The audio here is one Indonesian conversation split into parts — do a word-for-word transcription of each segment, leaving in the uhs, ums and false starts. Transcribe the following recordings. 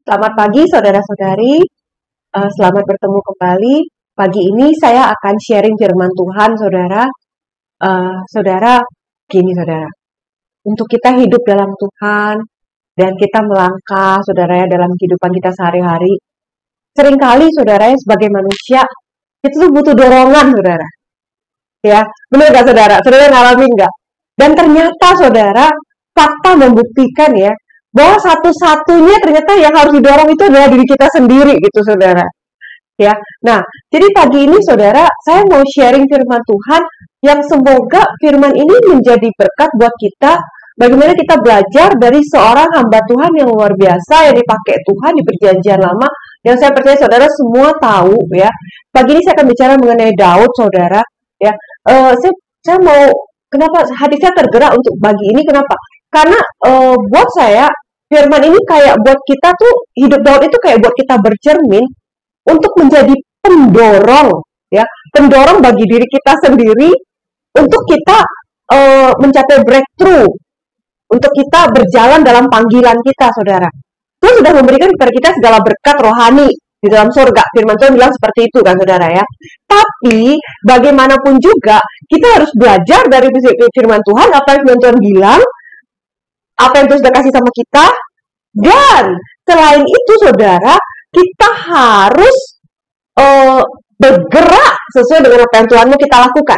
Selamat pagi saudara-saudari, Eh, selamat bertemu kembali. Pagi ini saya akan sharing firman Tuhan saudara. Eh, saudara, gini saudara, untuk kita hidup dalam Tuhan dan kita melangkah saudara ya dalam kehidupan kita sehari-hari, seringkali saudara ya sebagai manusia, itu tuh butuh dorongan saudara. Ya, benar nggak saudara? Saudara ngalamin nggak? Dan ternyata saudara, fakta membuktikan ya, bahwa satu-satunya ternyata yang harus didorong itu adalah diri kita sendiri gitu saudara. Ya, nah jadi pagi ini saudara saya mau sharing firman Tuhan yang semoga firman ini menjadi berkat buat kita. Bagaimana kita belajar dari seorang hamba Tuhan yang luar biasa yang dipakai Tuhan di perjanjian lama, yang saya percaya saudara semua tahu ya. Pagi ini saya akan bicara mengenai Daud saudara ya. Eh, saya, saya mau kenapa hati saya tergerak untuk bagi ini kenapa? Karena eh, buat saya firman ini kayak buat kita tuh, hidup Daud itu kayak buat kita bercermin untuk menjadi pendorong ya, pendorong bagi diri kita sendiri untuk kita uh, mencapai breakthrough, untuk kita berjalan dalam panggilan kita saudara. Tuhan sudah memberikan kepada kita segala berkat rohani di dalam surga. Firman Tuhan bilang seperti itu kan saudara ya. Tapi bagaimanapun juga kita harus belajar dari firman Tuhan, apa yang firman Tuhan bilang, apa yang Tuhan sudah kasih sama kita. Dan selain itu saudara, kita harus uh, bergerak sesuai dengan apa yang Tuhan mau kita lakukan.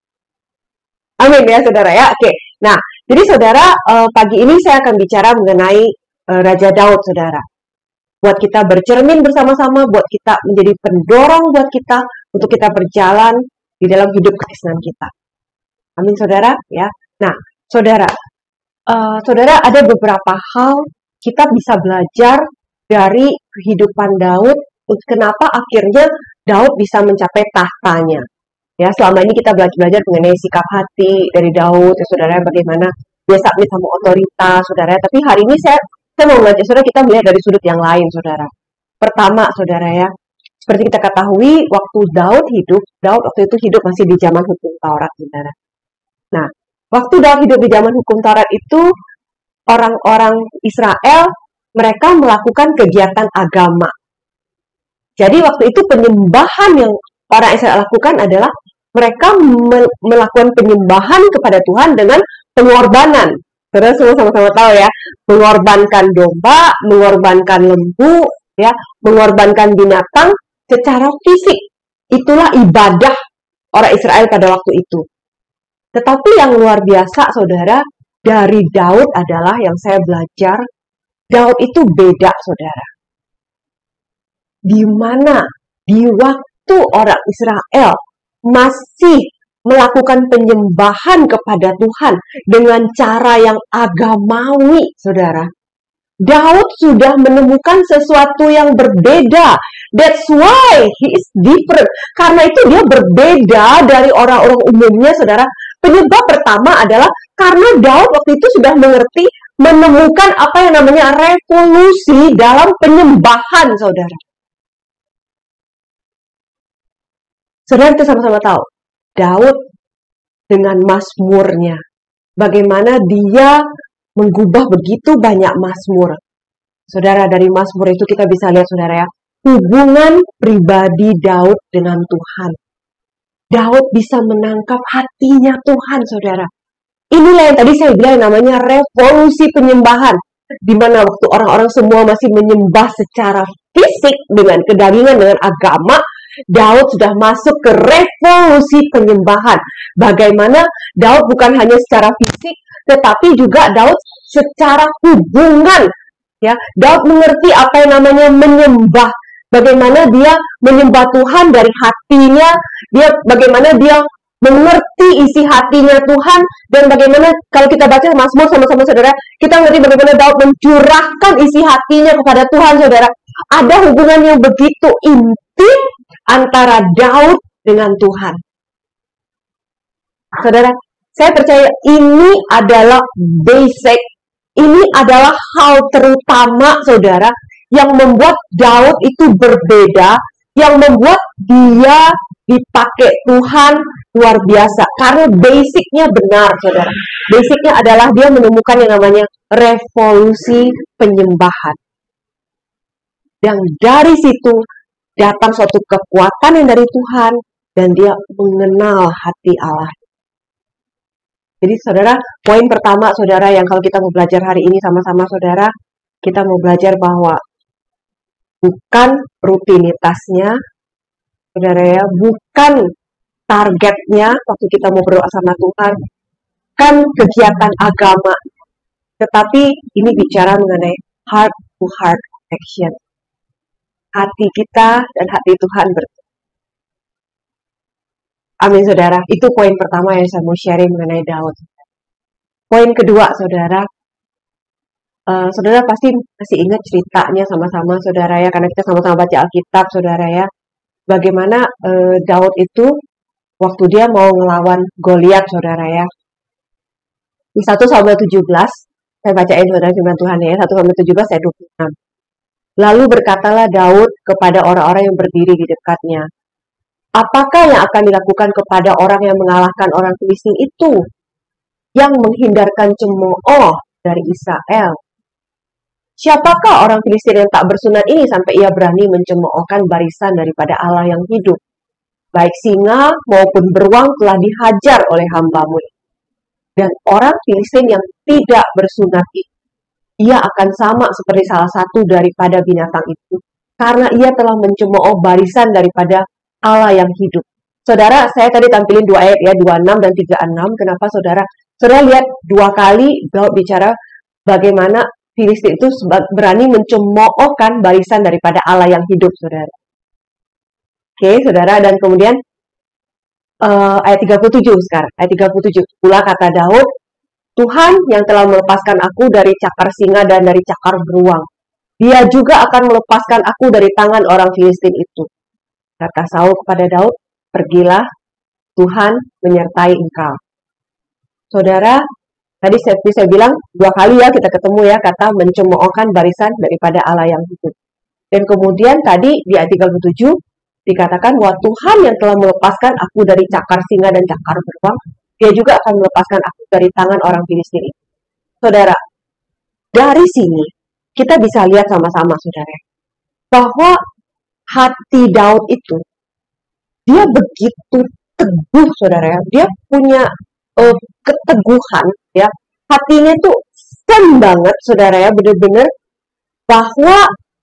Amin ya saudara ya. Oke. Nah, jadi saudara, uh, pagi ini saya akan bicara mengenai uh, Raja Daud saudara. Buat kita bercermin bersama-sama, buat kita menjadi pendorong buat kita untuk kita berjalan di dalam hidup kekristenan kita. Amin saudara ya. Nah, saudara, uh, saudara ada beberapa hal kita bisa belajar dari kehidupan Daud, kenapa akhirnya Daud bisa mencapai tahtanya. Ya, selama ini kita belajar, belajar mengenai sikap hati dari Daud, ya saudara, bagaimana dia submit sama otoritas, saudara. Tapi hari ini saya, saya mau belajar, saudara, kita melihat dari sudut yang lain, saudara. Pertama, saudara ya, seperti kita ketahui, waktu Daud hidup, Daud waktu itu hidup masih di zaman hukum Taurat, saudara. Nah, waktu Daud hidup di zaman hukum Taurat itu, orang-orang Israel mereka melakukan kegiatan agama. Jadi waktu itu penyembahan yang orang Israel lakukan adalah mereka me- melakukan penyembahan kepada Tuhan dengan pengorbanan. Saudara semua sama-sama tahu ya, mengorbankan domba, mengorbankan lembu, ya, mengorbankan binatang secara fisik. Itulah ibadah orang Israel pada waktu itu. Tetapi yang luar biasa, saudara, dari Daud adalah yang saya belajar, Daud itu beda, saudara. Di mana di waktu orang Israel masih melakukan penyembahan kepada Tuhan dengan cara yang agamawi, saudara. Daud sudah menemukan sesuatu yang berbeda. That's why he is different. Karena itu dia berbeda dari orang-orang umumnya, saudara. Penyebab pertama adalah karena Daud waktu itu sudah mengerti, menemukan apa yang namanya revolusi dalam penyembahan, saudara. Saudara kita sama-sama tahu, Daud dengan mazmurnya, bagaimana dia menggubah begitu banyak mazmur. Saudara, dari mazmur itu kita bisa lihat, saudara ya, hubungan pribadi Daud dengan Tuhan. Daud bisa menangkap hatinya Tuhan, saudara. Inilah yang tadi saya bilang namanya revolusi penyembahan. Di mana waktu orang-orang semua masih menyembah secara fisik dengan kedagingan, dengan agama, Daud sudah masuk ke revolusi penyembahan. Bagaimana Daud bukan hanya secara fisik, tetapi juga Daud secara hubungan. Ya, Daud mengerti apa yang namanya menyembah. Bagaimana dia menyembah Tuhan dari hatinya, dia bagaimana dia mengerti isi hatinya Tuhan, dan bagaimana kalau kita baca Mazmur sama-sama saudara, kita mengerti bagaimana Daud mencurahkan isi hatinya kepada Tuhan, saudara. Ada hubungan yang begitu intim antara Daud dengan Tuhan. Saudara, saya percaya ini adalah basic, ini adalah hal terutama, saudara, yang membuat Daud itu berbeda, yang membuat dia dipakai Tuhan luar biasa. Karena basicnya benar, saudara. Basicnya adalah dia menemukan yang namanya revolusi penyembahan. Dan dari situ datang suatu kekuatan yang dari Tuhan, dan dia mengenal hati Allah. Jadi saudara, poin pertama saudara yang kalau kita mau belajar hari ini sama-sama saudara, kita mau belajar bahwa bukan rutinitasnya, saudara ya, bukan targetnya waktu kita mau berdoa sama Tuhan, kan kegiatan agama, tetapi ini bicara mengenai heart to heart action. Hati kita dan hati Tuhan bertemu. Amin saudara, itu poin pertama yang saya mau sharing mengenai Daud. Poin kedua saudara, uh, saudara pasti masih ingat ceritanya sama-sama saudara ya, karena kita sama-sama baca Alkitab saudara ya. Bagaimana uh, Daud itu waktu dia mau ngelawan Goliat saudara ya. Di satu Samuel tujuh belas, saya bacain saudara firman Tuhan ya, satu Samuel tujuh belas ayat dua puluh enam. Lalu berkatalah Daud kepada orang-orang yang berdiri di dekatnya, apakah yang akan dilakukan kepada orang yang mengalahkan orang Filistin itu, yang menghindarkan cemooh dari Israel? Siapakah orang Filistin yang tak bersunat ini sampai ia berani mencemoohkan barisan daripada Allah yang hidup? Baik singa maupun beruang telah dihajar oleh hamba-Mu. Dan orang Filistin yang tidak bersunat itu, ia akan sama seperti salah satu daripada binatang itu, karena ia telah mencemooh barisan daripada Allah yang hidup. Saudara, saya tadi tampilin dua ayat ya, dua puluh enam dan tiga puluh enam. Kenapa saudara? Saudara lihat dua kali Daud bicara bagaimana Filistin itu berani mencemoohkan barisan daripada Allah yang hidup, saudara. Oke, saudara, dan kemudian uh, ayat tiga puluh tujuh sekarang. Ayat tiga puluh tujuh. Pula kata Daud, Tuhan yang telah melepaskan aku dari cakar singa dan dari cakar beruang, Dia juga akan melepaskan aku dari tangan orang Filistin itu. Kata Saul kepada Daud, pergilah, Tuhan menyertai engkau. Saudara, tadi saya, saya bilang dua kali ya kita ketemu ya kata mencemoohkan barisan daripada Allah yang hidup. Dan kemudian tadi di ayat tiga puluh tujuh dikatakan bahwa Tuhan yang telah melepaskan aku dari cakar singa dan cakar beruang, Dia juga akan melepaskan aku dari tangan orang Filistin itu. Saudara, dari sini kita bisa lihat sama-sama saudara, bahwa hati Daud itu, dia begitu teguh saudara ya, dia punya uh, keteguhan ya, hatinya tuh firm banget saudara ya, benar-benar bahwa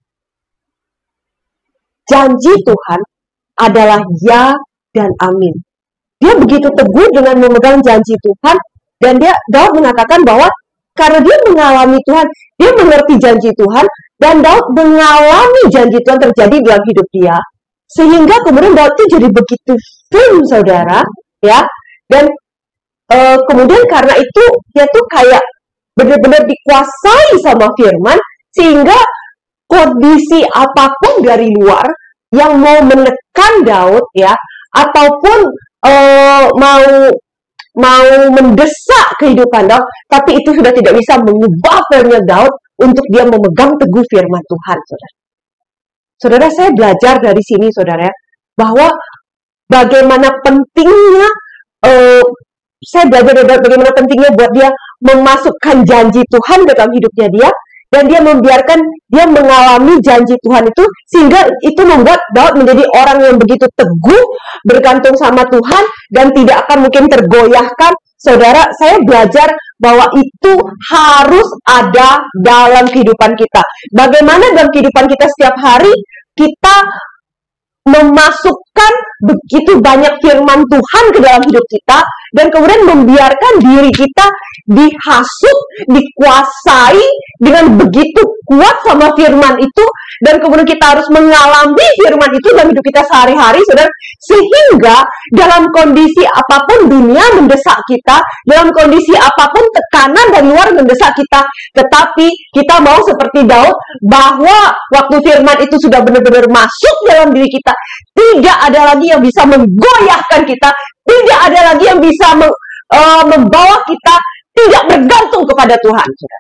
janji Tuhan adalah ya dan amin. Dia begitu teguh dengan memegang janji Tuhan, dan dia Daud mengatakan bahwa karena dia mengalami Tuhan, dia mengerti janji Tuhan, dan Daud mengalami janji Tuhan terjadi dalam hidup dia, sehingga kemudian Daud itu jadi begitu firm saudara ya, dan e, kemudian karena itu dia tuh kayak benar-benar dikuasai sama firman, sehingga kondisi apapun dari luar yang mau menekan Daud ya, ataupun e, mau mau mendesak kehidupan Daud, tapi itu sudah tidak bisa mengubah firman Daud untuk dia memegang teguh firman Tuhan, saudara. Saudara, saya belajar dari sini, saudara, bahwa bagaimana pentingnya, eh, saya belajar bagaimana pentingnya buat dia memasukkan janji Tuhan dalam hidupnya dia, dan dia membiarkan dia mengalami janji Tuhan itu, sehingga itu membuat Daud menjadi orang yang begitu teguh, bergantung sama Tuhan, dan tidak akan mungkin tergoyahkan. Saudara, saya belajar bahwa itu harus ada dalam kehidupan kita. Bagaimana dalam kehidupan kita setiap hari, kita memasukkan begitu banyak firman Tuhan ke dalam hidup kita, dan kemudian membiarkan diri kita dihasut, dikuasai dengan begitu kuat sama firman itu, dan kemudian kita harus mengalami firman itu dalam hidup kita sehari-hari, saudara, sehingga dalam kondisi apapun dunia mendesak kita, dalam kondisi apapun tekanan dari luar mendesak kita, tetapi kita mau seperti Daud, bahwa waktu firman itu sudah benar-benar masuk dalam diri kita, tidak ada lagi yang bisa menggoyahkan kita, tidak ada lagi yang bisa meng, uh, membawa kita tidak bergantung kepada Tuhan, saudara.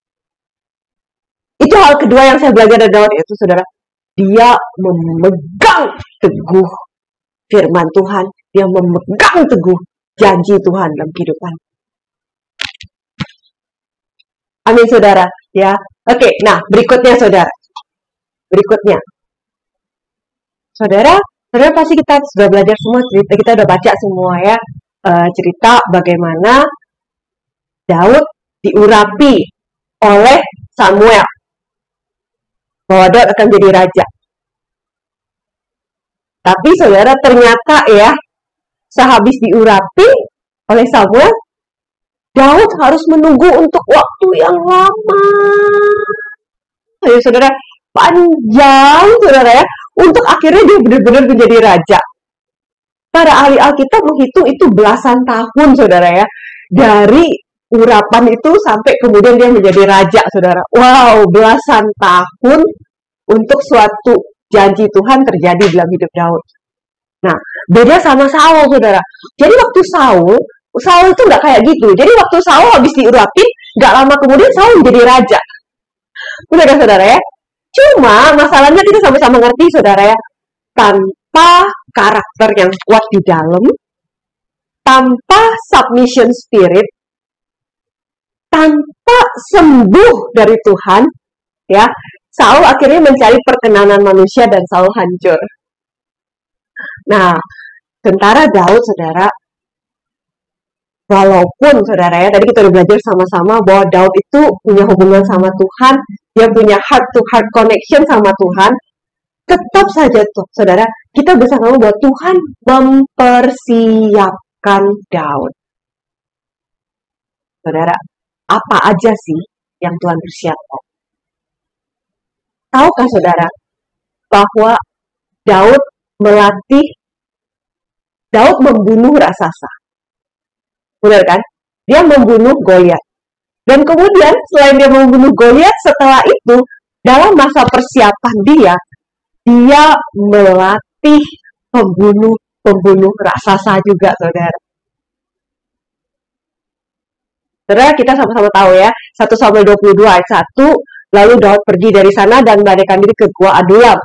Itu hal kedua yang saya belajar dari Daud itu, saudara. Dia memegang teguh firman Tuhan, dia memegang teguh janji Tuhan dalam kehidupan. Amin, saudara. Ya, oke. Nah, berikutnya, saudara. berikutnya. Saudara, saudara pasti kita sudah belajar semua cerita, kita udah baca semua ya, uh, cerita bagaimana Daud diurapi oleh Samuel bahwa Daud akan jadi raja. Tapi saudara, ternyata ya, sehabis diurapi oleh Samuel, Daud harus menunggu untuk waktu yang lama. Ayo saudara, panjang saudara ya, untuk akhirnya dia benar-benar menjadi raja. Para ahli Alkitab menghitung itu belasan tahun saudara ya, dari urapan itu sampai kemudian dia menjadi raja saudara. Wow, belasan tahun untuk suatu janji Tuhan terjadi dalam hidup Daud. Nah, beda sama Saul saudara. Jadi waktu Saul, Saul itu nggak kayak gitu. Jadi waktu Saul habis diurapin, nggak lama kemudian Saul menjadi raja. Benar kan saudara ya? Cuma masalahnya kita sama-sama ngerti saudara ya, tanpa karakter yang kuat di dalam, tanpa submission spirit, tanpa sembuh dari Tuhan, ya, Saul akhirnya mencari perkenanan manusia dan Saul hancur. Nah, sementara Daud saudara, walaupun saudara ya, tadi kita udah belajar sama-sama bahwa Daud itu punya hubungan sama Tuhan, dia punya heart to heart connection sama Tuhan, tetap saja tuh saudara, kita bisa ngomong bahwa Tuhan mempersiapkan Daud. Saudara, apa aja sih yang Tuhan persiapkan? Tahukah saudara bahwa Daud melatih, Daud membunuh raksasa. Benar kan? Dia membunuh Goliat. Dan kemudian selain dia membunuh Goliat, setelah itu dalam masa persiapan dia, dia melatih pembunuh-pembunuh raksasa juga, saudara. Saudara, kita sama-sama tahu ya, satu Samuel dua puluh dua ayat satu, lalu Daud pergi dari sana dan melarikan diri ke Gua Adulam.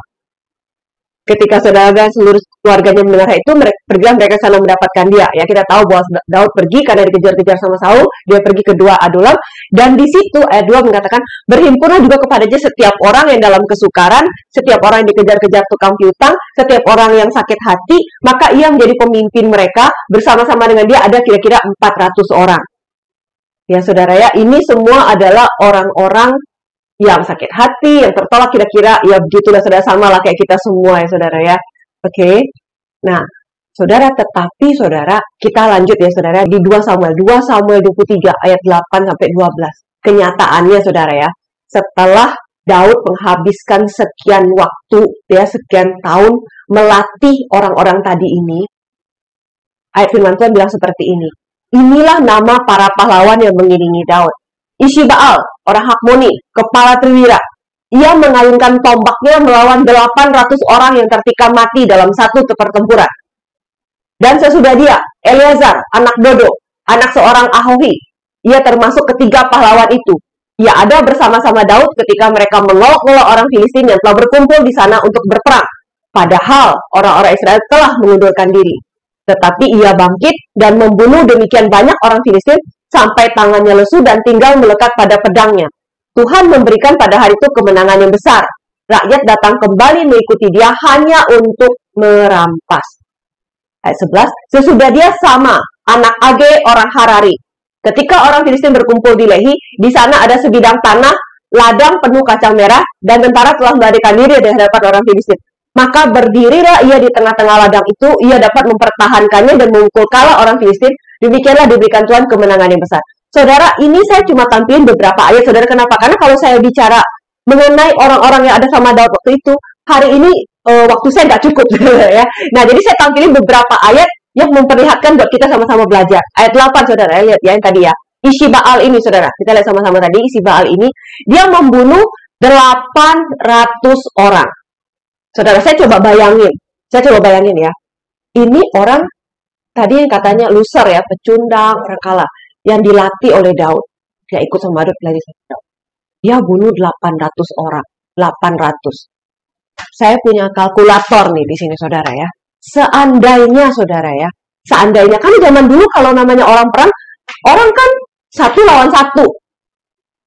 Ketika saudara dan seluruh keluarganya mendengar itu, mereka pergilah mereka sana mendapatkan dia. Ya, kita tahu bahwa Daud pergi karena dikejar-kejar sama Saul, dia pergi ke Gua Adulam, dan di situ ayat dua mengatakan, berhimpunlah juga kepadanya setiap orang yang dalam kesukaran, setiap orang yang dikejar-kejar tukang piutang, setiap orang yang sakit hati, maka ia menjadi pemimpin mereka, bersama-sama dengan dia ada kira-kira empat ratus orang. Ya saudara ya, ini semua adalah orang-orang yang sakit hati, yang tertolak kira-kira, ya begitulah saudara, sama lah kayak kita semua ya saudara ya. Oke, okay. Nah saudara, tetapi saudara, kita lanjut ya saudara, di dua Samuel, dua Samuel dua puluh tiga ayat delapan sampai dua belas. Kenyataannya saudara ya, setelah Daud menghabiskan sekian waktu, ya sekian tahun, melatih orang-orang tadi ini, ayat firman Tuhan bilang seperti ini, inilah nama para pahlawan yang mengiringi Daud. Ishibaal, orang Hakmoni, kepala Triwira. Ia mengayunkan tombaknya melawan delapan ratus orang yang tertikam mati dalam satu pertempuran. Dan sesudah dia, Eleazar, anak Dodo, anak seorang Ahohi. Ia termasuk ketiga pahlawan itu. Ia ada bersama-sama Daud ketika mereka mengolok-olok orang Filistin yang telah berkumpul di sana untuk berperang. Padahal orang-orang Israel telah mengundurkan diri. Tetapi ia bangkit dan membunuh demikian banyak orang Filistin sampai tangannya lesu dan tinggal melekat pada pedangnya. Tuhan memberikan pada hari itu kemenangan yang besar. Rakyat datang kembali mengikuti dia hanya untuk merampas. Ayat sebelas, sesudah dia Sama, anak Age orang Harari. Ketika orang Filistin berkumpul di Lehi, di sana ada sebidang tanah, ladang penuh kacang merah, dan tentara telah melarikan diri dari hadapan orang Filistin. Maka berdirilah ia di tengah-tengah ladang itu, ia dapat mempertahankannya dan memukul kalah orang Filistin. Demikianlah diberikan Tuhan kemenangan yang besar. Saudara, ini saya cuma tampilin beberapa ayat, saudara. Kenapa? Karena kalau saya bicara mengenai orang-orang yang ada sama Daud waktu itu, hari ini e, waktu saya nggak cukup, ya. Nah, jadi saya tampilin beberapa ayat yang memperlihatkan buat kita sama-sama belajar. Ayat delapan, saudara, lihat ya, yang tadi ya. Ishibaal ini, saudara, kita lihat sama-sama tadi. Ishibaal ini, dia membunuh delapan ratus orang. Saudara, saya coba bayangin, saya coba bayangin ya. Ini orang tadi yang katanya loser ya, pecundang, orang kalah, yang dilatih oleh Daud. Dia ikut sama Daud, belajar sama Daud. Dia bunuh delapan ratus orang, delapan ratus. Saya punya kalkulator nih di sini saudara ya. Seandainya saudara ya, seandainya kan zaman dulu kalau namanya orang perang, orang kan satu lawan satu.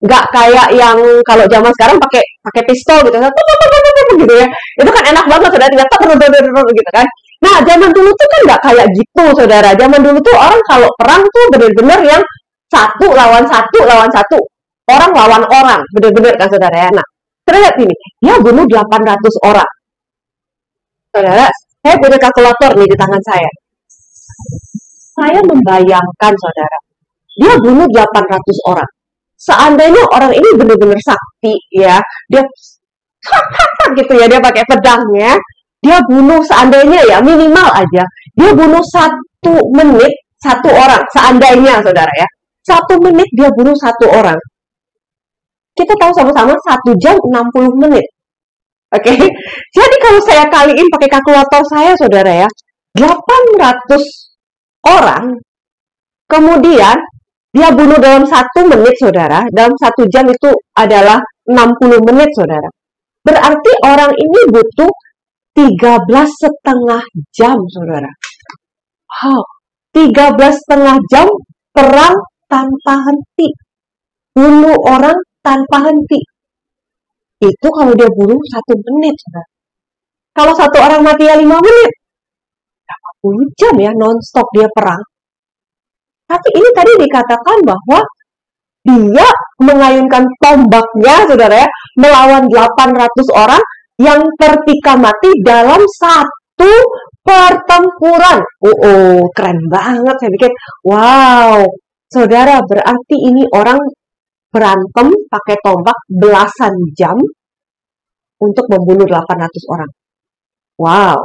Nggak kayak yang kalau zaman sekarang pakai pakai pistol gitu, gitu ya. Itu kan enak banget, saudara, tinggal gitu kan. Nah, zaman dulu tuh kan nggak kayak gitu, saudara. Zaman dulu tuh orang kalau perang tuh bener-bener yang satu lawan satu lawan satu, orang lawan orang, bener-bener kan, saudara ya. Nah, terlihat ini, dia bunuh delapan ratus orang. Saudara, saya punya kalkulator nih di tangan saya. Saya membayangkan, saudara, dia bunuh delapan ratus orang. Seandainya orang ini benar-benar sakti, ya, dia gitu ya, dia pakai pedangnya, dia bunuh seandainya ya, minimal aja, dia bunuh satu menit satu orang, seandainya, saudara ya, satu menit dia bunuh satu orang. Kita tahu sama-sama satu jam enam puluh menit. Oke, okay? Jadi kalau saya kaliin pakai kalkulator saya, saudara ya, delapan ratus orang, kemudian dia bunuh dalam satu menit, saudara, dalam satu jam itu adalah enam puluh menit, saudara. Berarti orang ini butuh tiga belas setengah jam, saudara. Wow, tiga belas setengah jam perang tanpa henti. Bunuh orang tanpa henti. Itu kalau dia bunuh satu menit, saudara. Kalau satu orang mati ya lima menit, berapa puluh jam ya non-stop dia perang. Tapi ini tadi dikatakan bahwa dia mengayunkan tombaknya, saudara ya, melawan delapan ratus orang yang tertika mati dalam satu pertempuran. Oh, oh, keren banget. Saya pikir, wow, saudara, berarti ini orang berantem pakai tombak belasan jam untuk membunuh delapan ratus orang. Wow.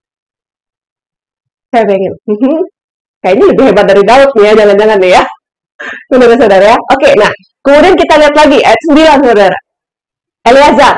Saya pengen. Kayaknya lebih hebat dari Daud nih ya, jangan-jangan nih ya. Saudara-saudara ya. Oke, nah, kemudian kita lihat lagi ayat sembilan, saudara. Eleazar.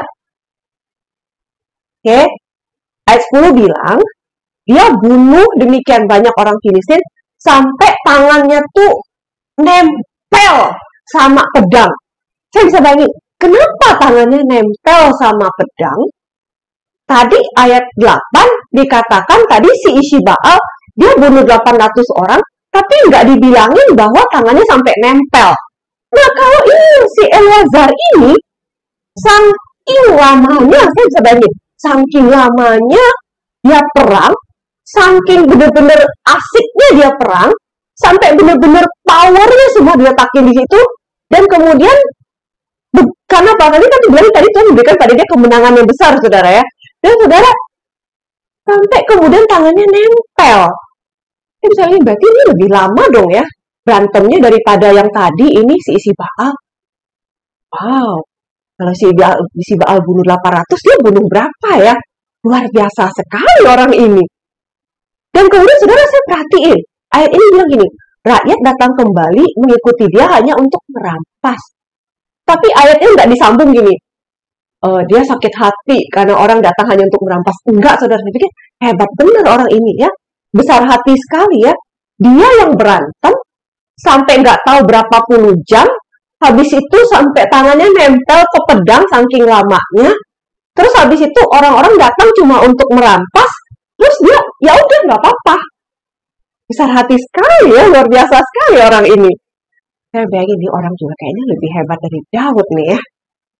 Oke. Ayat sepuluh bilang, dia bunuh demikian banyak orang Filistin sampai tangannya tuh nempel sama pedang. Saya bisa bayangin, kenapa tangannya nempel sama pedang? Tadi ayat delapan dikatakan tadi si Ishibaal dia bunuh delapan ratus orang, tapi nggak dibilangin bahwa tangannya sampai nempel. Nah, kalau ini si Eleazar ini, saking lamanya, saya bisa bayangin, saking lamanya dia perang, saking bener-bener asiknya dia perang, sampai bener-bener powernya semua diletakin di situ, dan kemudian karena apa? Tadi kan dibilang tadi Tuhan memberikan pada dia kemenangan yang besar, saudara ya. Dan saudara, sampai kemudian tangannya nempel. Ini misalnya berarti ini lebih lama dong ya berantemnya daripada yang tadi ini si Ishibaal. Wow, kalau si Baal, si Baal bunuh delapan ratus, dia bunuh berapa ya? Luar biasa sekali orang ini. Dan kemudian saudara, saya perhatiin, ayat ini bilang gini, rakyat datang kembali mengikuti dia hanya untuk merampas. Tapi ayatnya nggak disambung gini, uh, dia sakit hati karena orang datang hanya untuk merampas. Enggak, saudara, saya pikir hebat bener orang ini ya, besar hati sekali ya. Dia yang berantem sampai nggak tahu berapa puluh jam, habis itu sampai tangannya nempel ke pedang saking lamanya. Terus habis itu orang-orang datang cuma untuk merampas, terus dia ya udah nggak apa-apa. Besar hati sekali ya, luar biasa sekali orang ini. Saya bayangin ini orang juga kayaknya lebih hebat dari Daud nih ya.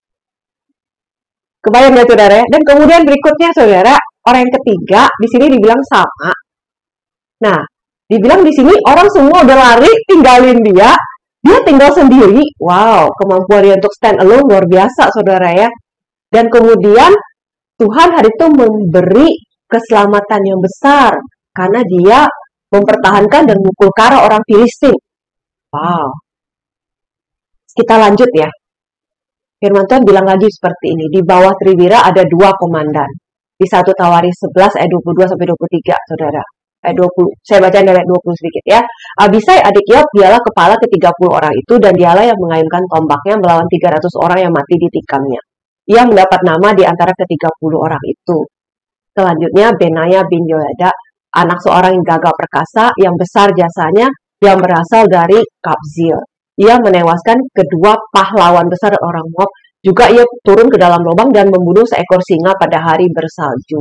Kebayang ya, saudara ya? Dan kemudian berikutnya, saudara, orang yang ketiga di sini dibilang sama. Nah, dibilang di sini orang semua udah lari, tinggalin dia, dia tinggal sendiri. Wow, kemampuan dia untuk stand alone luar biasa, saudara ya. Dan kemudian Tuhan hari itu memberi keselamatan yang besar karena dia mempertahankan dan memukul kara orang Filistin. Wow. Kita lanjut ya. Firman Tuhan bilang lagi seperti ini. Di bawah Triwira ada dua komandan. Di satu Tawaris sebelas ayat dua puluh dua sampai dua puluh tiga, saudara. Ayat dua puluh. Saya baca dari ayat dua puluh sedikit ya. Abisai adik Yoab dialah kepala ke tiga puluh orang itu dan dialah yang mengayunkan tombaknya melawan tiga ratus orang yang mati di tikamnya. Ia mendapat nama di antara ke tiga puluh orang itu. Selanjutnya Benaya bin Yoyada, anak seorang yang gagah perkasa, yang besar jasanya, yang berasal dari Kabzil. Ia menewaskan kedua pahlawan besar orang Moab. Juga ia turun ke dalam lubang dan membunuh seekor singa pada hari bersalju.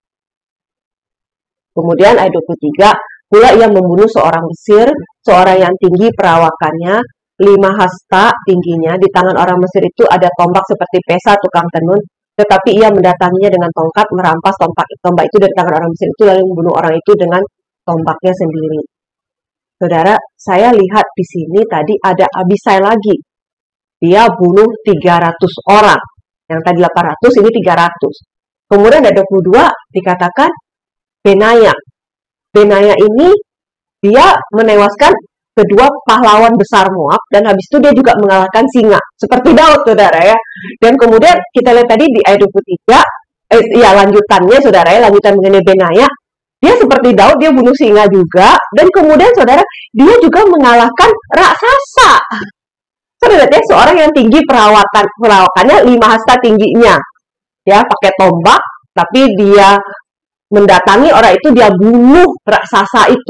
Kemudian ayat dua puluh tiga, pula ia membunuh seorang Mesir, seorang yang tinggi perawakannya, lima hasta tingginya. Di tangan orang Mesir itu ada tombak seperti pesa tukang tenun. Tetapi ia mendatanginya dengan tongkat, merampas tombak, tombak itu dari tangan orang Mesir itu, lalu membunuh orang itu dengan tombaknya sendiri. Saudara, saya lihat di sini tadi ada Abisai lagi. Dia bunuh tiga ratus orang. Yang tadi delapan ratus, ini tiga ratus. Kemudian ada dua puluh dua dikatakan Benaya. Benaya ini dia menewaskan kedua pahlawan besar Moab, dan habis itu dia juga mengalahkan singa seperti Daud, saudara ya. Dan kemudian kita lihat tadi di ayat dua puluh tiga, eh, ya lanjutannya saudara ya, lanjutan mengenai Benaya, dia seperti Daud, dia bunuh singa juga, dan kemudian saudara dia juga mengalahkan raksasa. Saudara ya, seorang yang tinggi perawatan perawakannya lima hasta tingginya, ya pakai tombak, tapi dia mendatangi orang itu, dia bunuh raksasa itu.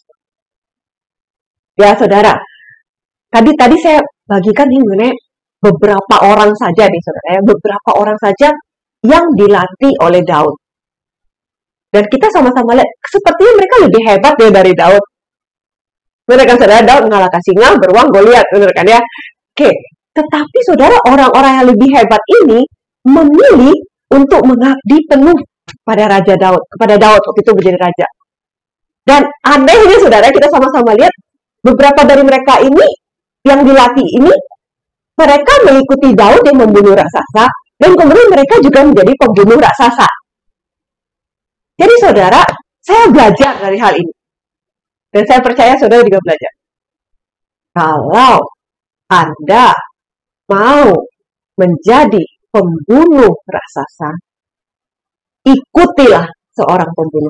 Ya saudara, tadi tadi saya bagikan ini mengenai beberapa orang saja nih saudara ya, beberapa orang saja yang dilatih oleh Daud. Dan kita sama-sama lihat, sepertinya mereka lebih hebat ya dari Daud. Benar kan saudara, Daud mengalahkan singa, beruang, Goliat, benar kan ya? Oke, tetapi saudara, orang-orang yang lebih hebat ini memilih untuk mengabdi penuh pada Raja Daud, kepada Daud waktu itu menjadi raja. Dan anehnya saudara, kita sama-sama lihat beberapa dari mereka ini yang dilatih ini, mereka mengikuti Daud yang membunuh raksasa, dan kemudian mereka juga menjadi pembunuh raksasa. Jadi saudara, saya belajar dari hal ini. Dan saya percaya saudara juga belajar. Kalau Anda mau menjadi pembunuh raksasa, ikutilah seorang pembunuh.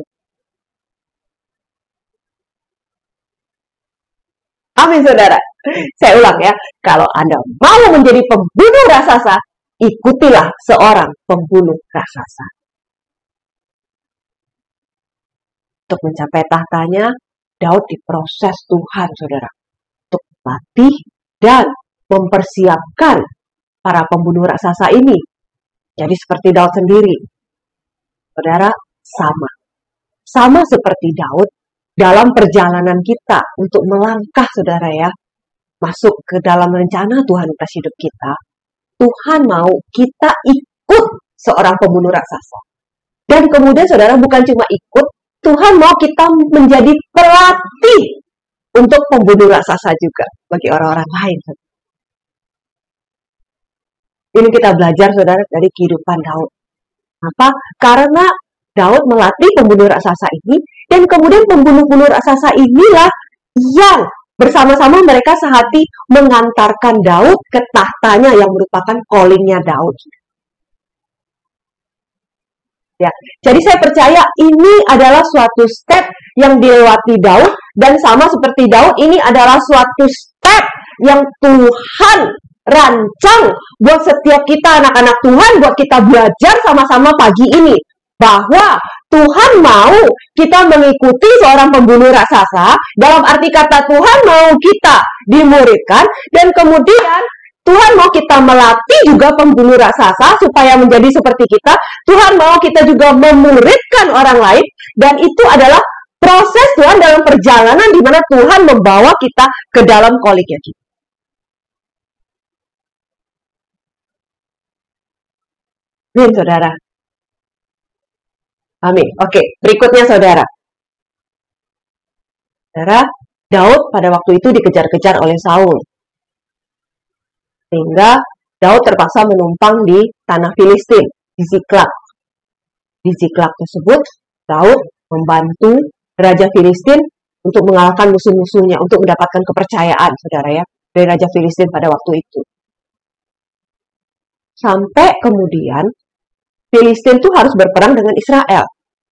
Amin saudara. Saya ulang ya, kalau Anda mau menjadi pembunuh raksasa, ikutilah seorang pembunuh raksasa. Untuk mencapai tahtanya, Daud diproses Tuhan saudara, untuk melatih dan mempersiapkan para pembunuh raksasa ini. Jadi seperti Daud sendiri. Saudara, sama. Sama seperti Daud, dalam perjalanan kita untuk melangkah saudara ya, masuk ke dalam rencana Tuhan atas hidup kita, Tuhan mau kita ikut seorang pembunuh raksasa. Dan kemudian saudara bukan cuma ikut, Tuhan mau kita menjadi pelatih untuk pembunuh raksasa juga bagi orang-orang lain. Ini kita belajar saudara dari kehidupan Daud. Apa? Karena Daud melatih pembunuh raksasa ini, dan kemudian pembunuh-pembunuh raksasa inilah yang bersama-sama mereka sehati mengantarkan Daud ke tahtanya yang merupakan callingnya Daud. Ya, jadi saya percaya ini adalah suatu step yang dilewati Daud, dan sama seperti Daud, ini adalah suatu step yang Tuhan rancang buat setiap kita anak-anak Tuhan, buat kita belajar sama-sama pagi ini. Bahwa Tuhan mau kita mengikuti seorang pembunuh raksasa, dalam arti kata Tuhan mau kita dimuridkan, dan kemudian Tuhan mau kita melatih juga pembunuh raksasa supaya menjadi seperti kita. Tuhan mau kita juga memuridkan orang lain, dan itu adalah proses Tuhan dalam perjalanan di mana Tuhan membawa kita ke dalam calling-nya kita. Amin, saudara. Amin. Oke, berikutnya saudara. Saudara, Daud pada waktu itu dikejar-kejar oleh Saul. Sehingga Daud terpaksa menumpang di tanah Filistin, di Ziklag. Di Ziklag tersebut, Daud membantu Raja Filistin untuk mengalahkan musuh-musuhnya, untuk mendapatkan kepercayaan, saudara ya, dari Raja Filistin pada waktu itu. Sampai kemudian, Filistin itu harus berperang dengan Israel.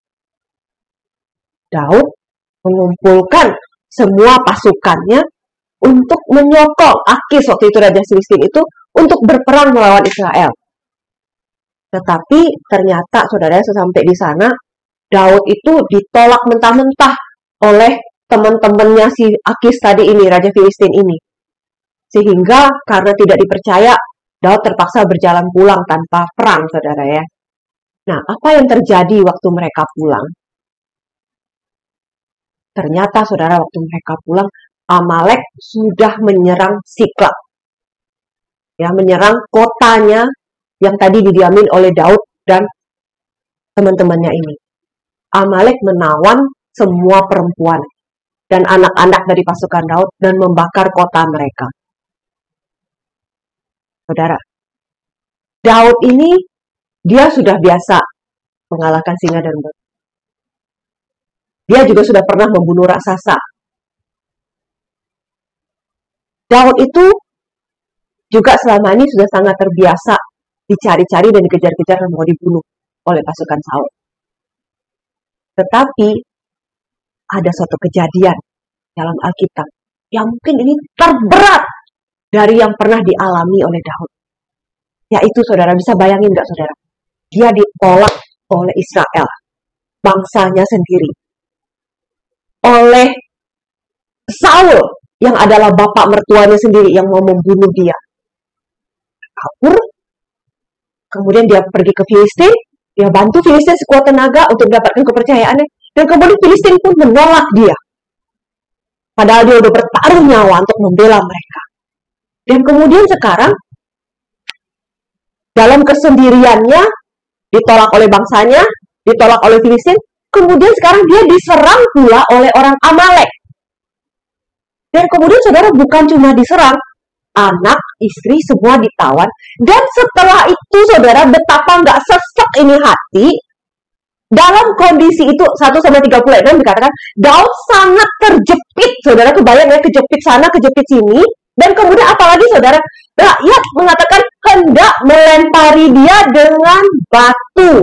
Daud mengumpulkan semua pasukannya untuk menyokong Akis waktu itu Raja Filistin itu untuk berperang melawan Israel. Tetapi ternyata saudara sesampai di sana, Daud itu ditolak mentah-mentah oleh teman-temannya si Akis tadi ini, Raja Filistin ini. Sehingga karena tidak dipercaya, Daud terpaksa berjalan pulang tanpa perang, saudara ya. Nah, apa yang terjadi waktu mereka pulang? Ternyata, saudara, waktu mereka pulang, Amalek sudah menyerang Siklag. Ya, menyerang kotanya yang tadi didiamin oleh Daud dan teman-temannya ini. Amalek menawan semua perempuan dan anak-anak dari pasukan Daud dan membakar kota mereka. Saudara, Daud ini dia sudah biasa mengalahkan singa dan belut. Dia juga sudah pernah membunuh raksasa. Daud itu juga selama ini sudah sangat terbiasa dicari-cari dan dikejar-kejar dan mau dibunuh oleh pasukan Saul. Tetapi ada suatu kejadian dalam Alkitab yang mungkin ini terberat dari yang pernah dialami oleh Daud. Yaitu, saudara, bisa bayangin nggak, saudara? Dia ditolak oleh Israel, bangsanya sendiri, oleh Saul yang adalah bapak mertuanya sendiri yang mau membunuh dia. Kabur, kemudian dia pergi ke Filistin, dia bantu Filistin sekuat tenaga untuk mendapatkan kepercayaannya, dan kemudian Filistin pun menolak dia. Padahal dia udah bertaruh nyawa untuk membela mereka. Dan kemudian sekarang, dalam kesendiriannya, ditolak oleh bangsanya, ditolak oleh Filistin, kemudian sekarang dia diserang pula oleh orang Amalek. Dan kemudian saudara bukan cuma diserang, anak, istri, semua ditawan. Dan setelah itu saudara, betapa nggak sesek ini hati, dalam kondisi itu, satu sampai tiga puluh enam dikatakan, Daud sangat terjepit, saudara, kebayang ya, kejepit sana, kejepit sini. Dan kemudian apalagi saudara, rakyat mengatakan hendak melempari dia dengan batu.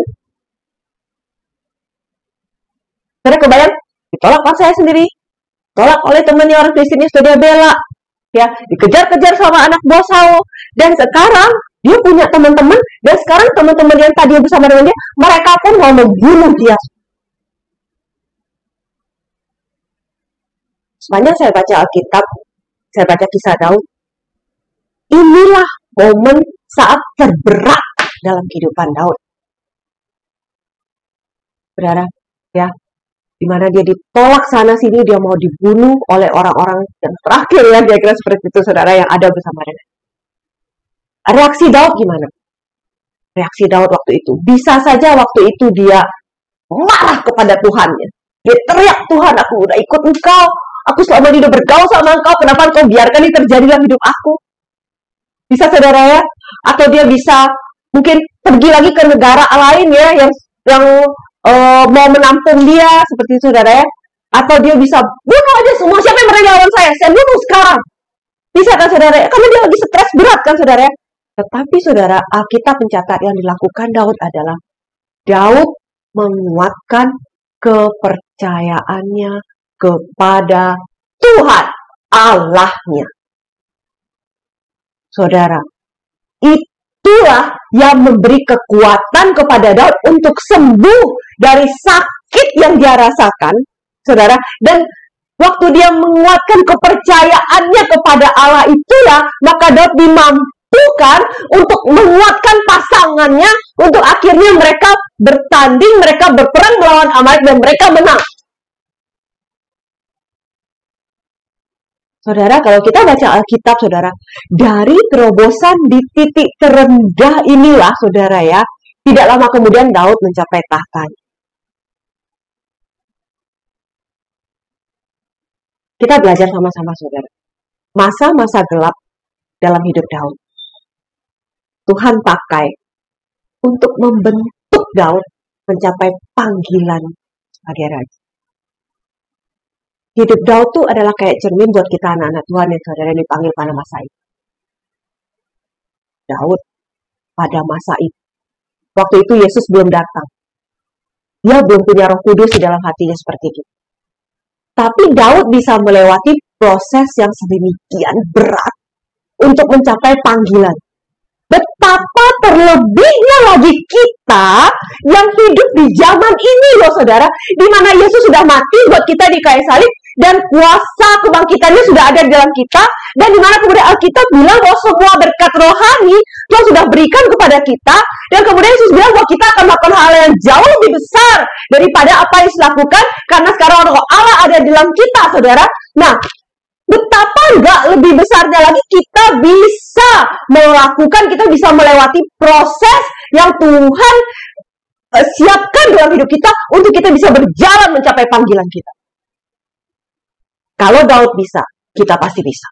Saudara kebayang, ditolak pas saya sendiri, tolak oleh temannya orang Filistin yang sudah dia bela, ya, dikejar-kejar sama anak buah Saul, dan sekarang dia punya teman-teman, dan sekarang teman-teman yang tadi bersama dengan dia, mereka pun mau membunuh dia. Sepanjang saya baca Alkitab, saya baca kisah Daud, inilah momen saat terberat dalam kehidupan Daud. Saudara, ya, di mana dia ditolak sana sini, dia mau dibunuh oleh orang-orang yang terakhir ya, dia kira seperti itu saudara yang ada bersama dengan. Reaksi Daud gimana? Reaksi Daud waktu itu, bisa saja waktu itu dia marah kepada Tuhannya. Dia teriak, Tuhan, aku udah ikut engkau, aku selama ini udah bergaul sama engkau, kenapa engkau biarkan ini terjadi dalam hidup aku? Bisa saudara ya? Atau dia bisa mungkin pergi lagi ke negara lain ya, yang yang Uh, mau menampung dia, seperti itu saudara ya. Atau dia bisa bunuh aja semua, siapa yang berani lawan saya, saya bunuh sekarang. Bisa kan saudara ya? Karena dia lagi stres berat kan saudara ya. Tetapi saudara, Alkitab mencatat yang dilakukan Daud adalah Daud menguatkan kepercayaannya kepada Tuhan Allahnya. Saudara, itulah yang memberi kekuatan kepada Daud untuk sembuh dari sakit yang dia rasakan, saudara. Dan waktu dia menguatkan kepercayaannya kepada Allah itulah, maka Daud dimampukan untuk menguatkan pasangannya, untuk akhirnya mereka bertanding, mereka berperang melawan Amalek dan mereka menang. Saudara, kalau kita baca Alkitab, saudara, dari terobosan di titik terendah inilah, saudara ya, tidak lama kemudian Daud mencapai tahtanya. Kita belajar sama-sama, saudara. Masa-masa gelap dalam hidup Daud, Tuhan pakai untuk membentuk Daud mencapai panggilan sebagai raja. Hidup Daud itu adalah kayak cermin buat kita anak-anak Tuhan yang saudara yang dipanggil pada masa itu. Daud pada masa itu, waktu itu Yesus belum datang. Dia belum punya Roh Kudus di dalam hatinya seperti itu. Tapi Daud bisa melewati proses yang sedemikian berat untuk mencapai panggilan. Betapa terlebihnya lagi kita yang hidup di zaman ini loh saudara, di mana Yesus sudah mati buat kita di kayu salib dan kuasa kebangkitannya sudah ada di dalam kita, dan di mana kemudian Alkitab bilang bahwa semua berkat rohani Tuhan sudah berikan kepada kita, dan kemudian Yesus bilang bahwa kita akan melakukan hal yang jauh lebih besar daripada apa yang Yesus lakukan karena sekarang Roh Allah ada di dalam kita, saudara. Nah, Betapa nggak lebih besarnya lagi kita bisa melakukan, kita bisa melewati proses yang Tuhan uh, siapkan dalam hidup kita untuk kita bisa berjalan mencapai panggilan kita. Kalau Daud bisa, kita pasti bisa.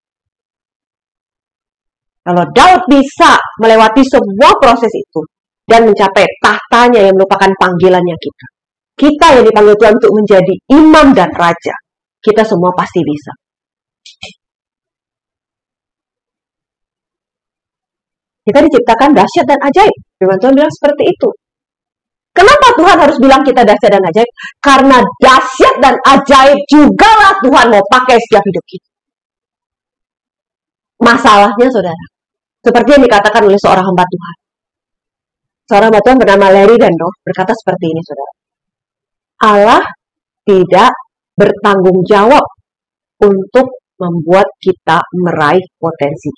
Kalau Daud bisa melewati semua proses itu dan mencapai tahtanya yang merupakan panggilannya kita. Kita yang dipanggil Tuhan untuk menjadi imam dan raja. Kita semua pasti bisa. Kita diciptakan dahsyat dan ajaib. Firman Tuhan bilang seperti itu. Kenapa Tuhan harus bilang kita dahsyat dan ajaib? Karena dahsyat dan ajaib jugalah Tuhan mau pakai setiap hidup kita. Masalahnya, saudara, seperti yang dikatakan oleh seorang hamba Tuhan. Seorang hamba Tuhan bernama Larry Dando berkata seperti ini, saudara. Allah tidak bertanggung jawab untuk membuat kita meraih potensi.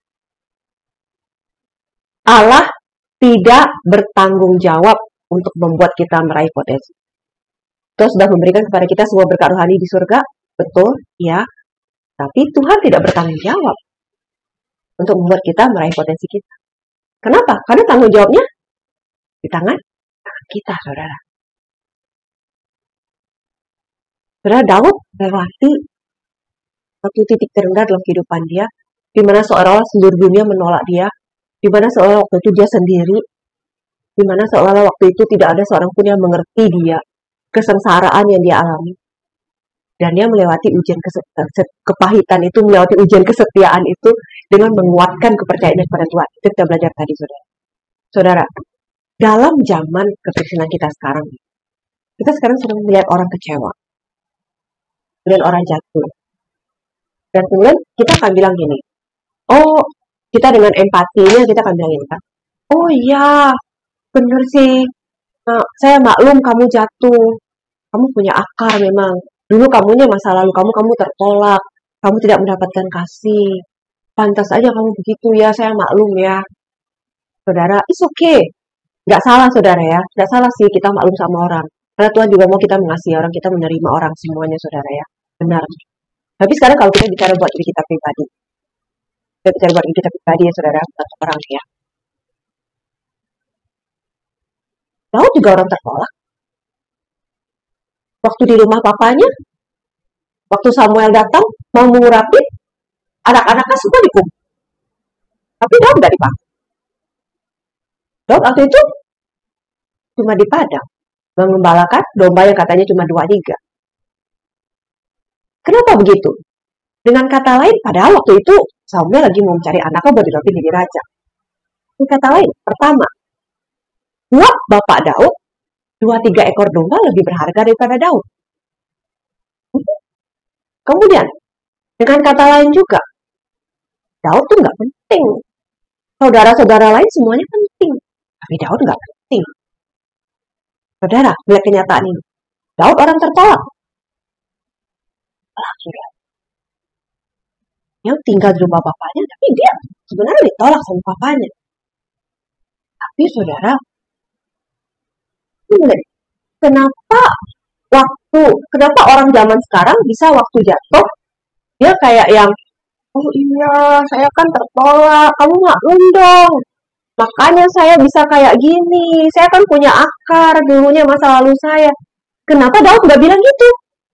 Allah tidak bertanggung jawab untuk membuat kita meraih potensi. Tuhan sudah memberikan kepada kita semua berkat rohani di surga, betul, ya. Tapi Tuhan tidak bertanggung jawab untuk membuat kita meraih potensi kita. Kenapa? Karena tanggung jawabnya di tangan kita, saudara. Saudara, Daud melewati satu titik terendah dalam kehidupan dia, di mana seolah-olah seluruh dunia menolak dia, di mana seolah waktu itu dia sendiri, di mana seolah waktu itu tidak ada seorang pun yang mengerti dia, kesengsaraan yang dia alami. Dan dia melewati ujian kepahitan itu, melewati ujian kesetiaan itu, dengan menguatkan kepercayaan kepada Tuhan. Itu kita belajar tadi, saudara. Saudara, dalam zaman kekristenan kita sekarang, kita sekarang sedang melihat orang kecewa, melihat orang jatuh. Dan kemudian kita akan bilang gini, oh, kita dengan empatinya kita akan bilang gini kan, oh iya, bener sih, nah, saya maklum kamu jatuh, kamu punya akar memang, dulu kamunya masa lalu kamu, kamu tertolak, kamu tidak mendapatkan kasih, pantas aja kamu begitu ya, saya maklum ya. Saudara, it's okay, nggak salah saudara ya, nggak salah sih kita maklum sama orang, karena Tuhan juga mau kita mengasihi orang, kita menerima orang semuanya saudara ya, benar. Tapi sekarang kalau kita bicara buat diri kita pribadi, kita bicara buat diri kita pribadi ya saudara, bukan orang ya. Daud juga orang tertolak. Waktu di rumah papanya, waktu Samuel datang, mau mengurapi, anak-anaknya semua dikubur. Tapi Daud nggak dipakai. Daud waktu itu cuma di padang, mengembalakan domba yang katanya cuma dua tiga. Kenapa begitu? Dengan kata lain, padahal waktu itu Samuel lagi mau mencari anaknya buat didampingi jadi raja. Dengan kata lain, pertama, buat bapak Daud, dua tiga ekor domba lebih berharga daripada Daud. Kemudian, dengan kata lain juga, Daud tuh nggak penting. Saudara-saudara lain semuanya penting, tapi Daud nggak penting. Saudara, lihat kenyataan ini. Daud orang tertolak. Lah, saudara. Yang tinggal di rumah bapaknya, tapi dia sebenarnya ditolak sama bapaknya. Tapi saudara, kenapa waktu, kenapa orang zaman sekarang bisa waktu jatuh, dia kayak yang, oh iya, saya kan tertolak, kamu maklum dong. Makanya saya bisa kayak gini, saya kan punya akar dulunya masa lalu saya. Kenapa Daud nggak bilang gitu?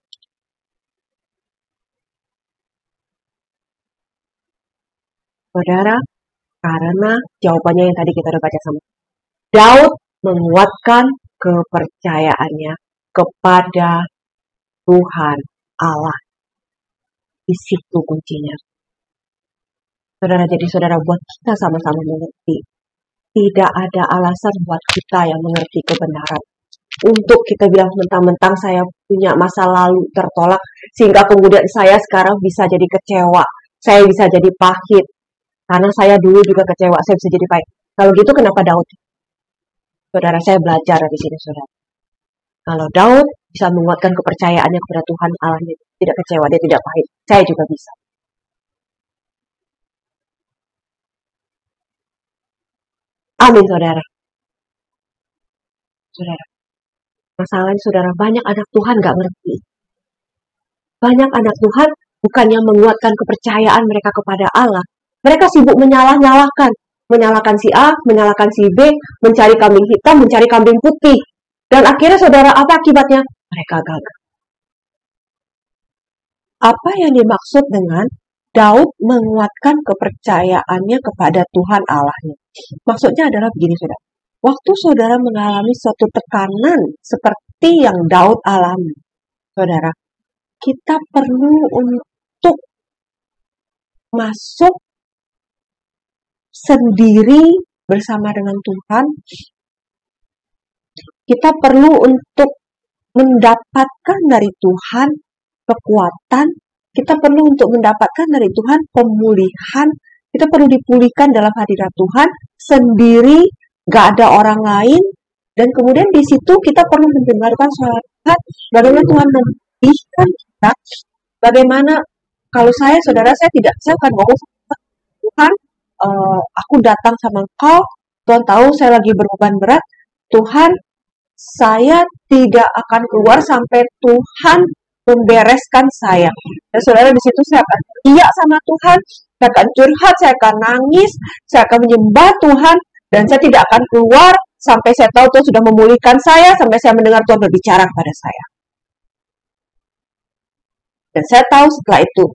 Saudara, karena jawabannya yang tadi kita udah baca sama. Daud menguatkan kepercayaannya kepada Tuhan Allah. Di situ kuncinya. Saudara, jadi saudara buat kita sama-sama mengerti. Tidak ada alasan buat kita yang mengerti kebenaran. Untuk kita bilang mentang-mentang saya punya masa lalu tertolak, sehingga kemudian saya sekarang bisa jadi kecewa. Saya bisa jadi pahit. Karena saya dulu juga kecewa, saya bisa jadi pahit. Kalau gitu kenapa Daud? Saudara, saya belajar dari sini, saudara. Kalau Daud bisa menguatkan kepercayaannya kepada Tuhan Allah, dia tidak kecewa, dia tidak pahit. Saya juga bisa. Amin, saudara. Saudara, masalahnya saudara, banyak anak Tuhan gak ngerti. Banyak anak Tuhan bukannya menguatkan kepercayaan mereka kepada Allah, mereka sibuk menyalah-nyalahkan. Menyalahkan si A, menyalahkan si B, mencari kambing hitam, mencari kambing putih. Dan akhirnya saudara, apa akibatnya? Mereka gagal. Apa yang dimaksud dengan Daud menguatkan kepercayaannya kepada Tuhan Allahnya? Maksudnya adalah begini, saudara. Waktu saudara mengalami suatu tekanan seperti yang Daud alami, saudara, kita perlu untuk masuk sendiri bersama dengan Tuhan. Kita perlu untuk mendapatkan dari Tuhan kekuatan. Kita perlu untuk mendapatkan dari Tuhan pemulihan. Kita perlu dipulihkan dalam hadirat Tuhan sendiri, gak ada orang lain. Dan kemudian di situ kita perlu mendengarkan suara Tuhan, bagaimana Tuhan memulihkan kita. Bagaimana kalau saya, saudara, saya tidak, saya akan ngomong Tuhan, uh, aku datang sama Engkau, Tuhan tahu saya lagi berbeban berat, Tuhan, saya tidak akan keluar sampai Tuhan membereskan saya. Dan saudara, di situ saya akan iya sama Tuhan, saya akan curhat, saya akan nangis, saya akan menyembah Tuhan, dan saya tidak akan keluar sampai saya tahu Tuhan sudah memulihkan saya, sampai saya mendengar Tuhan berbicara kepada saya. Dan saya tahu setelah itu,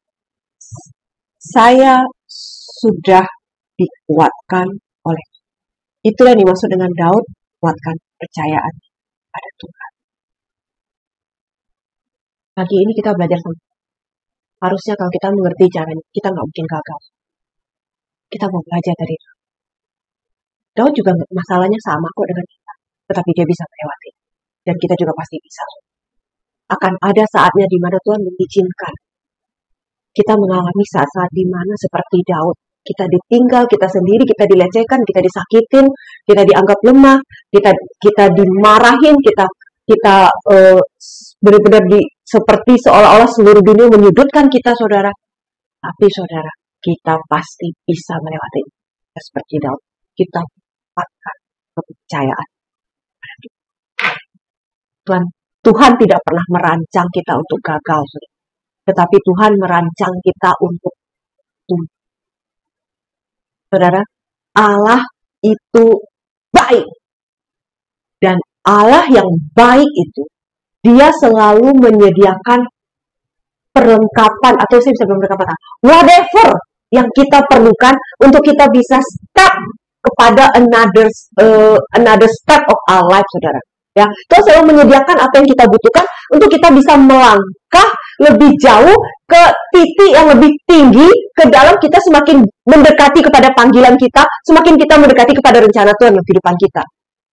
saya sudah dikuatkan oleh Tuhan. Itulah yang dimaksud dengan Daud, kuatkan kepercayaan pada Tuhan. Pagi ini kita belajar sama. Harusnya kalau kita mengerti caranya, kita nggak mungkin gagal. Kita mau belajar dari Daud. Daud juga masalahnya sama kok dengan kita, tetapi dia bisa melewati. Dan kita juga pasti bisa. Akan ada saatnya di mana Tuhan mengizinkan kita mengalami saat-saat di mana seperti Daud. Kita ditinggal, kita sendiri, kita dilecehkan, kita disakitin, kita dianggap lemah, kita kita dimarahin, kita kita uh, benar-benar di seperti seolah-olah seluruh dunia menyudutkan kita, saudara. Tapi saudara, kita pasti bisa melewati kita seperti Daud. Kita dapatkan kepercayaan. Tuhan, Tuhan tidak pernah merancang kita untuk gagal, saudara. Tetapi Tuhan merancang kita untuk tumbuh. Saudara, Allah itu baik. Dan Allah yang baik itu, dia selalu menyediakan perlengkapan, atau saya bisa bilang perlengkapan, whatever yang kita perlukan untuk kita bisa step kepada another uh, another step of our life, saudara. Ya, Tuhan selalu menyediakan apa yang kita butuhkan untuk kita bisa melangkah lebih jauh ke titik yang lebih tinggi, ke dalam kita semakin mendekati kepada panggilan kita, semakin kita mendekati kepada rencana Tuhan dalam kehidupan kita.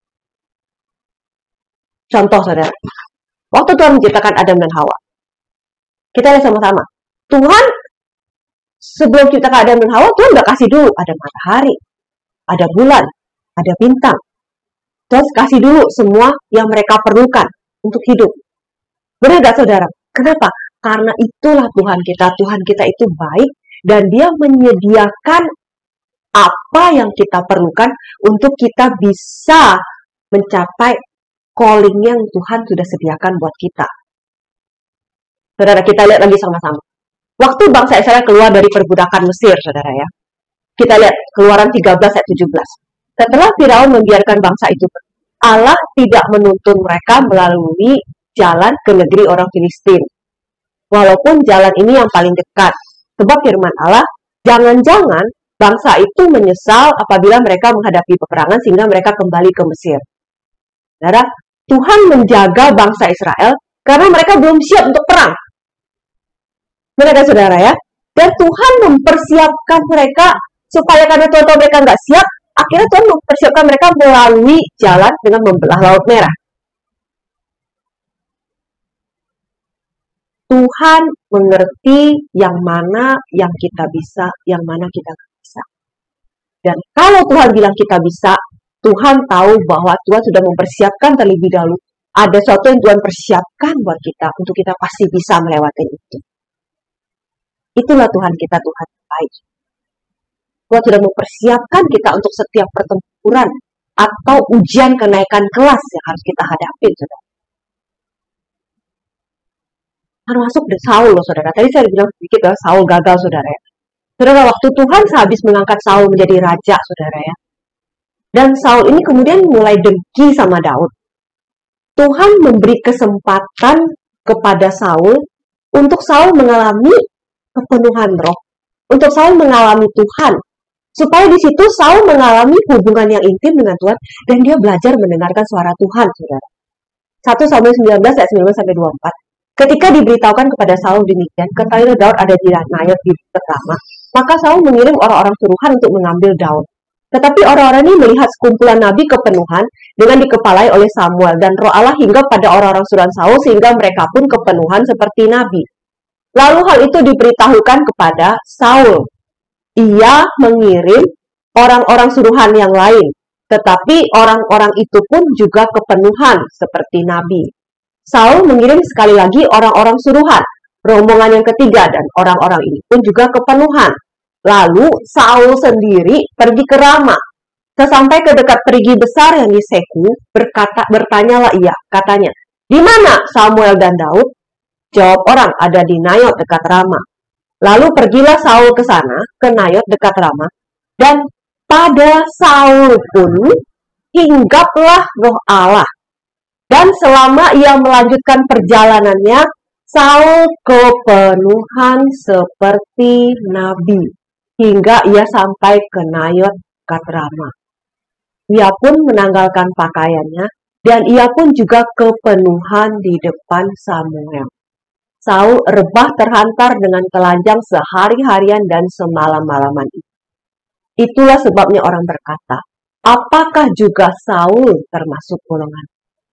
Contoh, saudara, waktu Tuhan menciptakan Adam dan Hawa, kita lihat sama-sama. Tuhan sebelum menciptakan Adam dan Hawa, Tuhan udah kasih dulu ada matahari, ada bulan, ada bintang. Tuhan kasih dulu semua yang mereka perlukan untuk hidup. Benar gak, saudara? Kenapa? Karena itulah Tuhan kita. Tuhan kita itu baik dan dia menyediakan apa yang kita perlukan untuk kita bisa mencapai calling yang Tuhan sudah sediakan buat kita. Saudara, kita lihat lagi sama-sama. Waktu bangsa Israel keluar dari perbudakan Mesir, saudara ya. Kita lihat Keluaran tiga belas ayat tujuh belas. Setelah Firaun membiarkan bangsa itu, Allah tidak menuntun mereka melalui jalan ke negeri orang Filistin. Walaupun jalan ini yang paling dekat. Sebab firman Allah, jangan-jangan bangsa itu menyesal apabila mereka menghadapi peperangan sehingga mereka kembali ke Mesir. Saudara, Tuhan menjaga bangsa Israel karena mereka belum siap untuk perang. Benar kan, saudara ya? Dan Tuhan mempersiapkan mereka supaya karena Tuhan tahu mereka nggak siap, akhirnya Tuhan mempersiapkan mereka melalui jalan dengan membelah Laut Merah. Tuhan mengerti yang mana yang kita bisa, yang mana kita nggak bisa. Dan kalau Tuhan bilang kita bisa, Tuhan tahu bahwa Tuhan sudah mempersiapkan terlebih dahulu. Ada sesuatu yang Tuhan persiapkan buat kita, untuk kita pasti bisa melewati itu. Itulah Tuhan kita, Tuhan baik. Tuhan sudah mempersiapkan kita untuk setiap pertempuran atau ujian kenaikan kelas yang harus kita hadapi, saudara. termasuk Saul loh saudara. Tadi saya bilang sedikit ya, Saul gagal saudara ya. Saudara, waktu Tuhan sehabis mengangkat Saul menjadi raja saudara ya. Dan Saul ini kemudian mulai dengki sama Daud. Tuhan memberi kesempatan kepada Saul untuk Saul mengalami kepenuhan roh. Untuk Saul mengalami Tuhan. Supaya di situ Saul mengalami hubungan yang intim dengan Tuhan dan dia belajar mendengarkan suara Tuhan, saudara. satu Samuel sembilan belas ayat sembilan belas sampai dua puluh empat. Ketika diberitahukan kepada Saul demikian, ketahuilah Daud ada di Nayot di Ramah, maka Saul mengirim orang-orang suruhan untuk mengambil Daud. Tetapi orang-orang ini melihat sekumpulan nabi kepenuhan dengan dikepalai oleh Samuel dan Roh Allah hingga pada orang-orang suruhan Saul sehingga mereka pun kepenuhan seperti nabi. Lalu hal itu diberitahukan kepada Saul. Ia mengirim orang-orang suruhan yang lain, tetapi orang-orang itu pun juga kepenuhan seperti nabi. Saul mengirim sekali lagi orang-orang suruhan, rombongan yang ketiga, dan orang-orang ini pun juga kepenuhan. Lalu Saul sendiri pergi ke Rama. Sesampai ke dekat perigi besar yang di Seku, berkata, bertanyalah ia, katanya, di mana Samuel dan Daud? Jawab orang, ada di Nayot dekat Rama. Lalu pergilah Saul ke sana, ke Nayot dekat Rama, dan pada Saul pun hinggaplah Roh Allah. Dan selama ia melanjutkan perjalanannya, Saul kepenuhan seperti nabi, hingga ia sampai ke Nayot dekat Rama. Ia pun menanggalkan pakaiannya, dan ia pun juga kepenuhan di depan Samuel. Saul rebah terhantar dengan telanjang sehari-harian dan semalam-malaman itu. Itulah sebabnya orang berkata, apakah juga Saul termasuk golongan?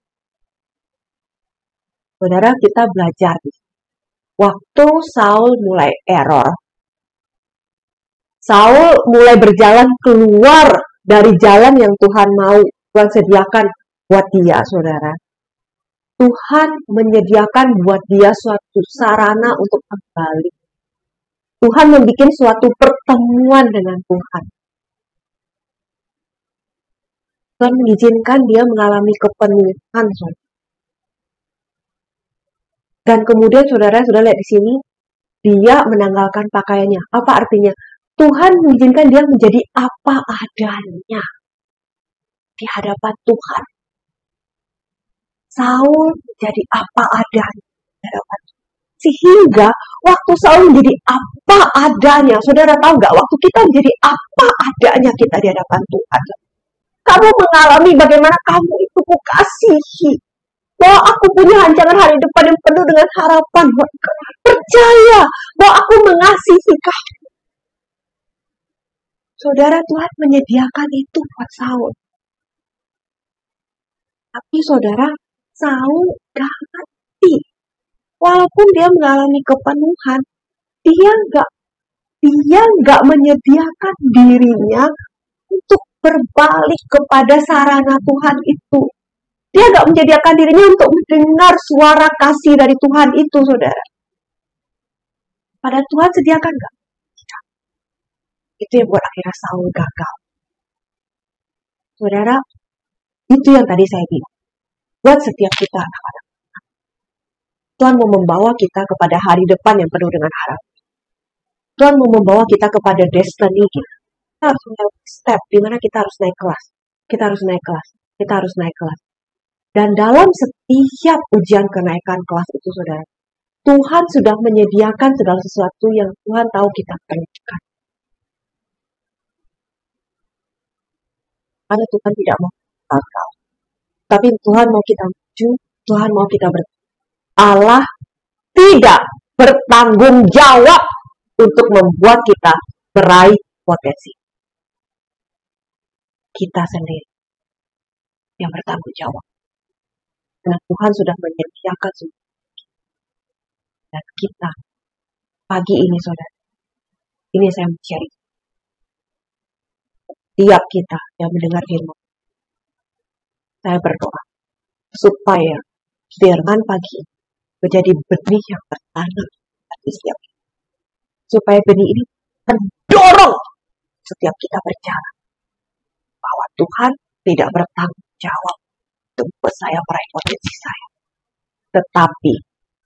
Saudara, kita belajar. Waktu Saul mulai error, Saul mulai berjalan keluar dari jalan yang Tuhan mau, Tuhan sediakan buat dia, saudara. Tuhan menyediakan buat dia suatu sarana untuk kembali. Tuhan membuat suatu pertemuan dengan Tuhan. Tuhan mengizinkan dia mengalami kepenuhan. Saudara. Dan kemudian saudara sudah lihat di sini, dia menanggalkan pakaiannya. Apa artinya? Tuhan mengizinkan dia menjadi apa adanya di hadapan Tuhan. Saul jadi apa adanya di hadapan Tuhan. Sehingga waktu Saul menjadi apa adanya, saudara tahu nggak? Waktu kita menjadi apa adanya kita di hadapan Tuhan, kamu mengalami bagaimana kamu itu kukasihi. Bahwa aku punya rancangan hari depan yang penuh dengan harapan. Percaya bahwa aku mengasihi kamu. Saudara, Tuhan menyediakan itu buat Saul. Tapi saudara, Saul gak ngerti. Walaupun dia mengalami kepenuhan, dia gak, dia gak menyediakan dirinya untuk berbalik kepada sarana Tuhan itu. Dia gak menyediakan dirinya untuk mendengar suara kasih dari Tuhan itu, saudara. Pada Tuhan sediakan gak? Itu yang buat akhirnya Saul gagal. Saudara, itu yang tadi saya bilang. Buat setiap kita anak-anak. Tuhan mau membawa kita kepada hari depan yang penuh dengan harapan. Tuhan mau membawa kita kepada destiny kita. Kita harus melalui step di mana kita harus naik kelas. Kita harus naik kelas. Kita harus naik kelas. Dan dalam setiap ujian kenaikan kelas itu, saudara, Tuhan sudah menyediakan segala sesuatu yang Tuhan tahu kita perlukan. Karena Tuhan tidak mau gagal. Tapi Tuhan mau kita maju, Tuhan mau kita ber. Allah tidak bertanggung jawab untuk membuat kita meraih potensi. Kita sendiri yang bertanggung jawab. Karena Tuhan sudah menyediakan semua. Dan kita, pagi ini saudara, ini saya mau share. Tiap kita yang mendengar firman, saya berdoa supaya firman pagi menjadi benih yang tertanam di setiap kita. Supaya benih ini mendorong setiap kita berjalan. Bahwa Tuhan tidak bertanggung jawab untuk saya meraih potensi saya. Tetapi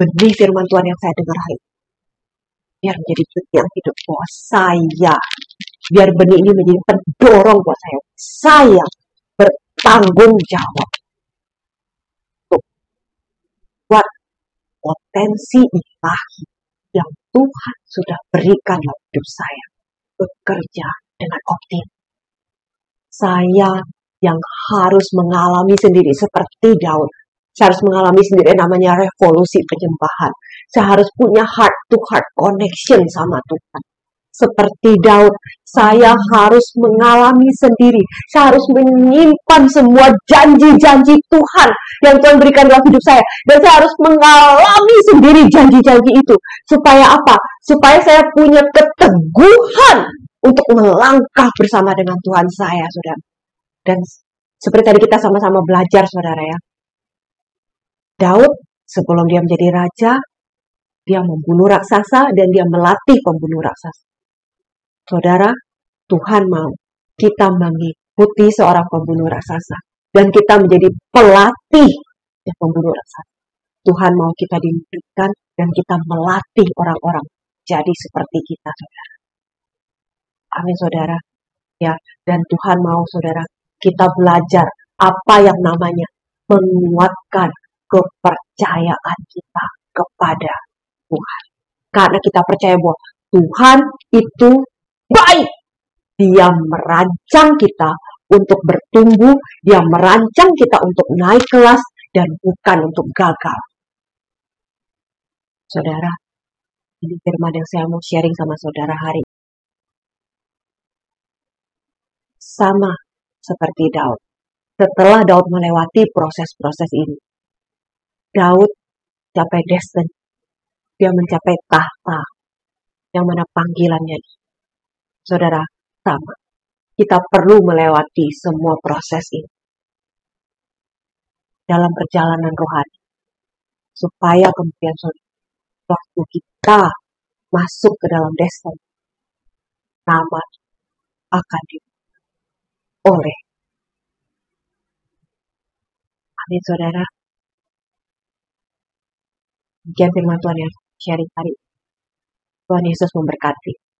benih firman Tuhan yang saya dengar hari ini. Biar menjadi benih yang hidup buat saya. Biar benih ini menjadi pendorong buat saya. Saya bertanggung jawab untuk buat potensi ilahi yang Tuhan sudah berikan dalam hidup saya bekerja dengan optimal. Saya yang harus mengalami sendiri seperti Daud. Saya harus mengalami sendiri namanya revolusi penyembahan. Saya harus punya heart to heart connection sama Tuhan. Seperti Daud, saya harus mengalami sendiri. Saya harus menyimpan semua janji-janji Tuhan yang Tuhan berikan dalam hidup saya. Dan saya harus mengalami sendiri janji-janji itu. Supaya apa? Supaya saya punya keteguhan untuk melangkah bersama dengan Tuhan saya, saudara. Dan seperti tadi kita sama-sama belajar, saudara ya. Daud, sebelum dia menjadi raja, dia membunuh raksasa dan dia melatih pembunuh raksasa. Saudara, Tuhan mau kita mengikuti seorang pembunuh raksasa. Dan kita menjadi pelatih yang pembunuh raksasa. Tuhan mau kita dimimpikan dan kita melatih orang-orang jadi seperti kita, saudara. Amin, saudara. Ya, dan Tuhan mau, saudara, kita belajar apa yang namanya menguatkan kepercayaan kita kepada Tuhan. Karena kita percaya bahwa Tuhan itu baik. Dia merancang kita untuk bertumbuh, dia merancang kita untuk naik kelas dan bukan untuk gagal. Saudara, ini firman yang saya mau sharing sama saudara hari ini. Sama seperti Daud. Setelah Daud melewati proses-proses ini, Daud mencapai destiny. Dia mencapai tahta yang mana panggilannya. Saudara, sama. Kita perlu melewati semua proses ini dalam perjalanan rohani. Supaya kemudian waktu kita masuk ke dalam destiny, nama akan di oleh. Amin, saudara. Demikian firman Tuhan yang sharing hari. Tuhan Yesus memberkati.